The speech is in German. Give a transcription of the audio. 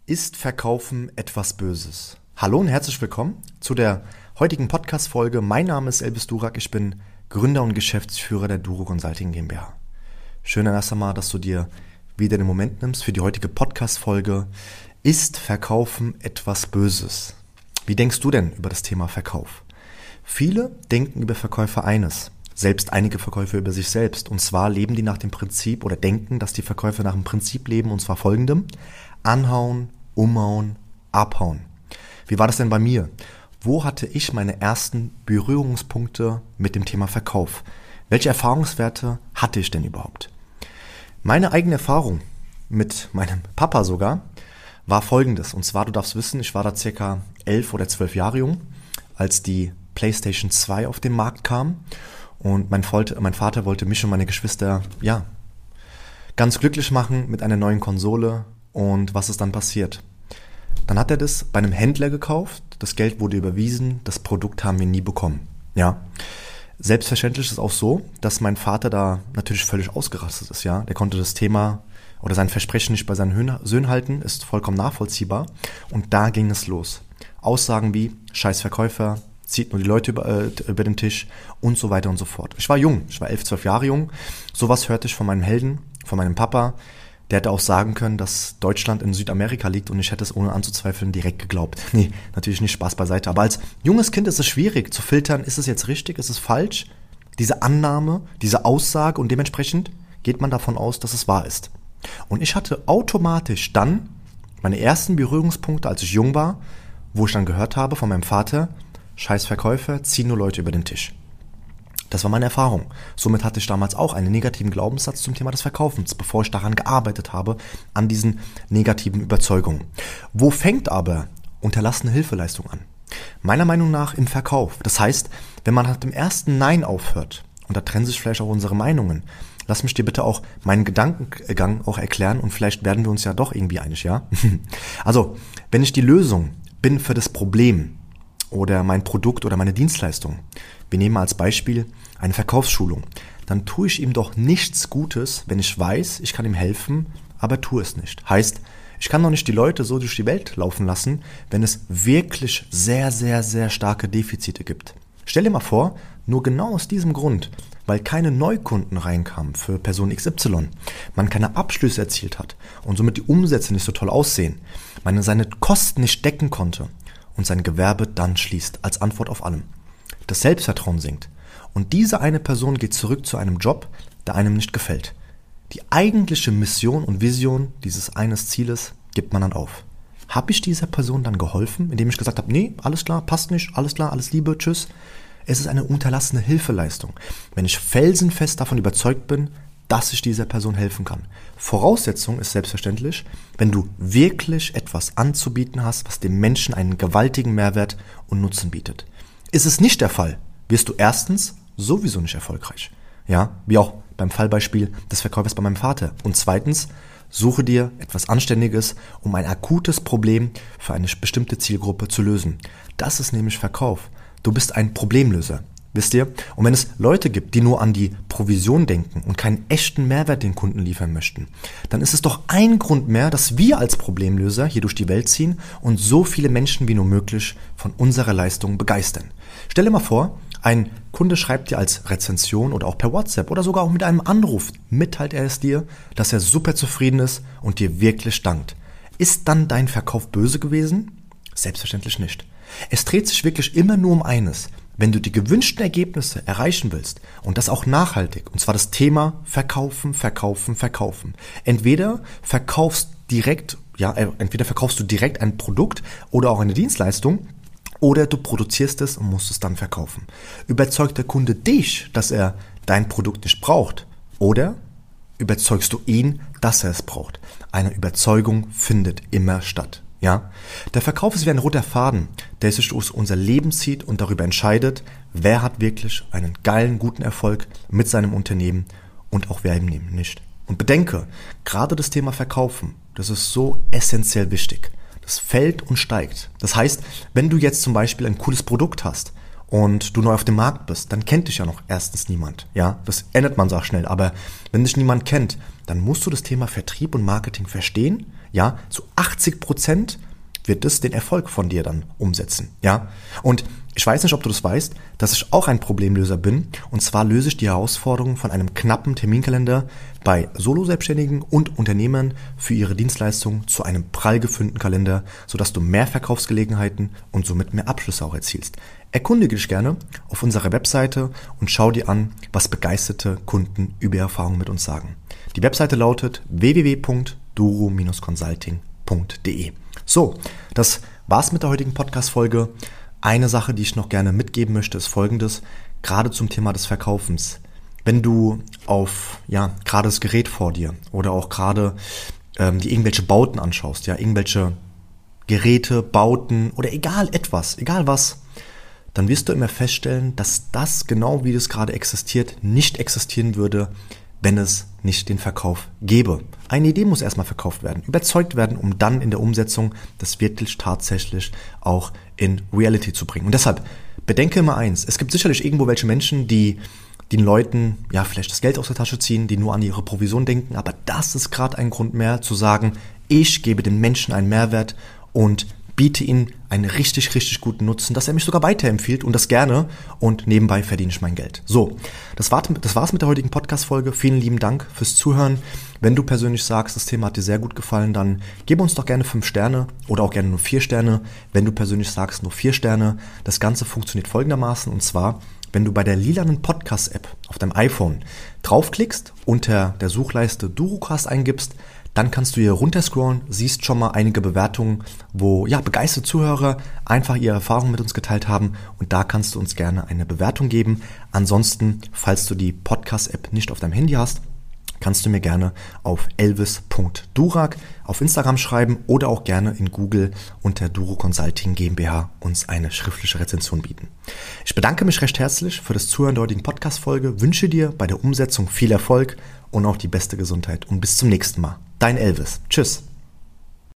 Ist Verkaufen etwas Böses? Hallo und herzlich willkommen zu der heutigen Podcast-Folge. Mein Name ist Elvis Durak, ich bin Gründer und Geschäftsführer der Duro Consulting GmbH. Schön erst einmal, dass du dir wieder den Moment nimmst für die heutige Podcast-Folge. Ist Verkaufen etwas Böses? Wie denkst du denn über das Thema Verkauf? Viele denken über Verkäufer eines, selbst einige Verkäufer über sich selbst. Und zwar leben die nach dem Prinzip oder denken, dass die Verkäufer nach dem Prinzip leben, und zwar folgendem: Anhauen, umhauen, abhauen. Wie war das denn bei mir? Wo hatte ich meine ersten Berührungspunkte mit dem Thema Verkauf? Welche Erfahrungswerte hatte ich denn überhaupt? Meine eigene Erfahrung mit meinem Papa sogar war folgendes. Und zwar, du darfst wissen, ich war da circa 11 oder 12 Jahre jung, als die PlayStation 2 auf den Markt kam. Und mein Vater wollte mich und meine Geschwister, ganz glücklich machen mit einer neuen Konsole. Und was ist dann passiert? Dann hat er das bei einem Händler gekauft, das Geld wurde überwiesen, das Produkt haben wir nie bekommen. Ja. Selbstverständlich ist es auch so, dass mein Vater da natürlich völlig ausgerastet ist. Ja. Der konnte das Thema oder sein Versprechen nicht bei seinen Söhnen halten, ist vollkommen nachvollziehbar. Und da ging es los. Aussagen wie: Scheiß Verkäufer, zieht nur die Leute über den Tisch und so weiter und so fort. Ich war jung, ich war 11, 12 Jahre jung. Sowas hörte ich von meinem Helden, von meinem Papa. Der hätte auch sagen können, dass Deutschland in Südamerika liegt, und ich hätte es ohne anzuzweifeln direkt geglaubt. Nee, natürlich nicht, Spaß beiseite. Aber als junges Kind ist es schwierig zu filtern, ist es jetzt richtig, ist es falsch? Diese Annahme, diese Aussage, und dementsprechend geht man davon aus, dass es wahr ist. Und ich hatte automatisch dann meine ersten Berührungspunkte, als ich jung war, wo ich dann gehört habe von meinem Vater: Scheiß Verkäufer, ziehen nur Leute über den Tisch. Das war meine Erfahrung. Somit hatte ich damals auch einen negativen Glaubenssatz zum Thema des Verkaufens, bevor ich daran gearbeitet habe, an diesen negativen Überzeugungen. Wo fängt aber unterlassene Hilfeleistung an? Meiner Meinung nach im Verkauf. Das heißt, wenn man nach dem ersten Nein aufhört, und da trennen sich vielleicht auch unsere Meinungen, lass mich dir bitte auch meinen Gedankengang auch erklären, und vielleicht werden wir uns ja doch irgendwie einig, ja? Also, wenn ich die Lösung bin für das Problem oder mein Produkt oder meine Dienstleistung, wir nehmen als Beispiel eine Verkaufsschulung, dann tue ich ihm doch nichts Gutes, wenn ich weiß, ich kann ihm helfen, aber tue es nicht. Heißt, ich kann doch nicht die Leute so durch die Welt laufen lassen, wenn es wirklich sehr, sehr, sehr starke Defizite gibt. Stell dir mal vor, nur genau aus diesem Grund, weil keine Neukunden reinkamen für Person XY, man keine Abschlüsse erzielt hat und somit die Umsätze nicht so toll aussehen, man seine Kosten nicht decken konnte und sein Gewerbe dann schließt, als Antwort auf allem. Das Selbstvertrauen sinkt. Und diese eine Person geht zurück zu einem Job, der einem nicht gefällt. Die eigentliche Mission und Vision dieses eines Zieles gibt man dann auf. Habe ich dieser Person dann geholfen, indem ich gesagt habe: Nee, alles klar, passt nicht, alles klar, alles Liebe, tschüss? Es ist eine unterlassene Hilfeleistung, wenn ich felsenfest davon überzeugt bin, dass ich dieser Person helfen kann. Voraussetzung ist selbstverständlich, wenn du wirklich etwas anzubieten hast, was dem Menschen einen gewaltigen Mehrwert und Nutzen bietet. Ist es nicht der Fall, wirst du erstens sowieso nicht erfolgreich. Ja, wie auch beim Fallbeispiel des Verkäufers bei meinem Vater. Und zweitens, suche dir etwas Anständiges, um ein akutes Problem für eine bestimmte Zielgruppe zu lösen. Das ist nämlich Verkauf. Du bist ein Problemlöser. Wisst ihr? Und wenn es Leute gibt, die nur an die Provision denken und keinen echten Mehrwert den Kunden liefern möchten, dann ist es doch ein Grund mehr, dass wir als Problemlöser hier durch die Welt ziehen und so viele Menschen wie nur möglich von unserer Leistung begeistern. Stell dir mal vor, ein Kunde schreibt dir als Rezension oder auch per WhatsApp oder sogar auch mit einem Anruf, mitteilt er es dir, dass er super zufrieden ist und dir wirklich dankt. Ist dann dein Verkauf böse gewesen? Selbstverständlich nicht. Es dreht sich wirklich immer nur um eines: Wenn du die gewünschten Ergebnisse erreichen willst, und das auch nachhaltig, und zwar das Thema Verkaufen, Verkaufen, Verkaufen. Entweder verkaufst du direkt ein Produkt oder auch eine Dienstleistung, oder du produzierst es und musst es dann verkaufen. Überzeugt der Kunde dich, dass er dein Produkt nicht braucht, oder überzeugst du ihn, dass er es braucht? Eine Überzeugung findet immer statt. Ja, der Verkauf ist wie ein roter Faden, der sich durch unser Leben zieht und darüber entscheidet, wer hat wirklich einen geilen, guten Erfolg mit seinem Unternehmen und auch wer eben nicht. Und bedenke, gerade das Thema Verkaufen, das ist so essentiell wichtig. Das fällt und steigt. Das heißt, wenn du jetzt zum Beispiel ein cooles Produkt hast und du neu auf dem Markt bist, dann kennt dich ja noch erstens niemand. Ja, das ändert man so auch schnell. Aber wenn dich niemand kennt, dann musst du das Thema Vertrieb und Marketing verstehen. Ja, zu 80% wird es den Erfolg von dir dann umsetzen. Ja, und ich weiß nicht, ob du das weißt, dass ich auch ein Problemlöser bin. Und zwar löse ich die Herausforderung von einem knappen Terminkalender bei Solo-Selbstständigen und Unternehmern für ihre Dienstleistungen zu einem prall gefüllten Kalender, sodass du mehr Verkaufsgelegenheiten und somit mehr Abschlüsse auch erzielst. Erkundige dich gerne auf unserer Webseite und schau dir an, was begeisterte Kunden über ihre Erfahrungen mit uns sagen. Die Webseite lautet www.duro-consulting.de. So, das war's mit der heutigen Podcast-Folge. Eine Sache, die ich noch gerne mitgeben möchte, ist Folgendes, gerade zum Thema des Verkaufens. Wenn du auf, gerade das Gerät vor dir oder auch gerade die irgendwelche Bauten anschaust, irgendwelche Geräte, Bauten oder egal was, dann wirst du immer feststellen, dass das, genau wie das gerade existiert, nicht existieren würde, wenn es nicht den Verkauf gäbe. Eine Idee muss erstmal verkauft werden, überzeugt werden, um dann in der Umsetzung das wirklich tatsächlich auch in Reality zu bringen. Und deshalb bedenke immer eins, es gibt sicherlich irgendwo welche Menschen, die den Leuten vielleicht das Geld aus der Tasche ziehen, die nur an ihre Provision denken, aber das ist gerade ein Grund mehr zu sagen, ich gebe den Menschen einen Mehrwert und biete ihm einen richtig, richtig guten Nutzen, dass er mich sogar weiterempfiehlt und das gerne und nebenbei verdiene ich mein Geld. So, das war's mit der heutigen Podcast-Folge. Vielen lieben Dank fürs Zuhören. Wenn du persönlich sagst, das Thema hat dir sehr gut gefallen, dann gib uns doch gerne 5 Sterne oder auch gerne nur 4 Sterne. Wenn du persönlich sagst, nur 4 Sterne. Das Ganze funktioniert folgendermaßen und zwar, wenn du bei der lilanen Podcast-App auf deinem iPhone draufklickst, unter der Suchleiste Durocast eingibst, dann kannst du hier runterscrollen, siehst schon mal einige Bewertungen, wo begeisterte Zuhörer einfach ihre Erfahrungen mit uns geteilt haben und da kannst du uns gerne eine Bewertung geben. Ansonsten, falls du die Podcast-App nicht auf deinem Handy hast, kannst du mir gerne auf elvis.durak auf Instagram schreiben oder auch gerne in Google unter Duro Consulting GmbH uns eine schriftliche Rezension bieten. Ich bedanke mich recht herzlich für das Zuhören der heutigen Podcast-Folge, wünsche dir bei der Umsetzung viel Erfolg und auch die beste Gesundheit und bis zum nächsten Mal. Dein Elvis. Tschüss.